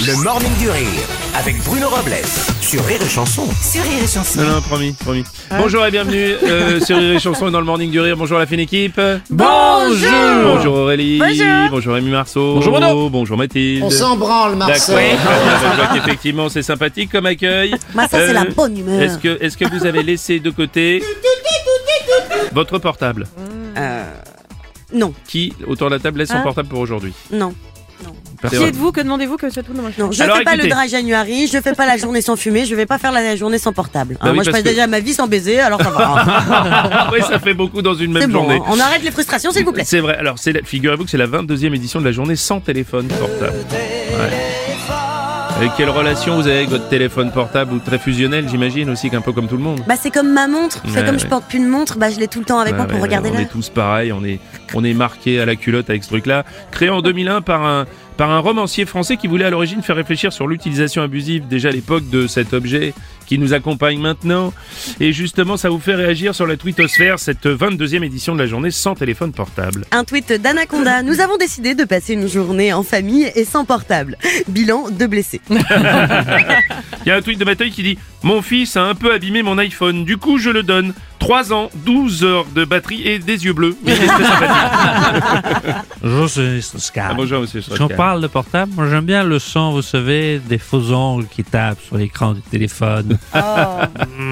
Le Morning du Rire avec Bruno Robles sur Rire et Chanson. Non, promis. Bonjour et bienvenue sur Rire et Chanson et dans le Morning du Rire. Bonjour la fine équipe. Bonjour Aurélie. Bonjour Rémi Marceau. Bonjour Bruno. Bonjour Mathilde. On s'en branle, Marceau. D'accord. Je vois qu'effectivement c'est sympathique comme accueil. Bah ça c'est la bonne humeur. Est-ce que vous avez laissé de côté votre portable? Non, Qui autour de la table laisse son portable pour aujourd'hui? non. Personne. Qui êtes-vous? Que demandez-vous? Que faites-vous? Non, je Alors, fais pas écoutez. le dry January, je fais pas la journée sans fumer, je vais pas faire la journée sans portable. Bah oui, moi je parce passe que- déjà ma vie sans baiser, alors ça va. Oui, ça fait beaucoup dans une C'est même bon, journée. hein. On arrête les frustrations s'il vous plaît. C'est vrai. Alors, figurez-vous que c'est la 22e édition de la journée sans téléphone portable. Ouais. Et quelle relation vous avez avec votre téléphone portable ou très fusionnel, j'imagine aussi qu'un peu comme tout le monde. Bah c'est comme ma montre, c'est Ouais, comme ouais. je porte plus de montre, bah je l'ai tout le temps avec moi pour regarder On l'heure. est tous pareils, on est marqués à la culotte avec ce truc-là. Créé en 2001 par un romancier français qui voulait à l'origine faire réfléchir sur l'utilisation abusive déjà à l'époque de cet objet qui nous accompagne maintenant. Et justement, ça vous fait réagir sur la twittosphère, cette 22e édition de la journée sans téléphone portable. Un tweet d'Anaconda, nous avons décidé de passer une journée en famille et sans portable. Bilan 2 blessés. Il y a un tweet de Mateuil qui dit « Mon fils a un peu abîmé mon iPhone, du coup je le donne. 3 ans, 12 heures de batterie et des yeux bleus. » Il est très sympathique. Bonjour, c'est Strauss-Kahn. Ah, bonjour monsieur Si on Strauss-Kahn. parle de portable, moi j'aime bien le son, vous savez, des faux ongles qui tapent sur l'écran du téléphone. Ça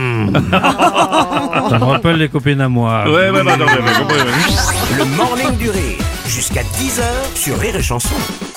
me rappelle les copines à moi. Ouais, non, compris, ouais. Le Morning du Rire jusqu'à 10h sur Rire et Chanson.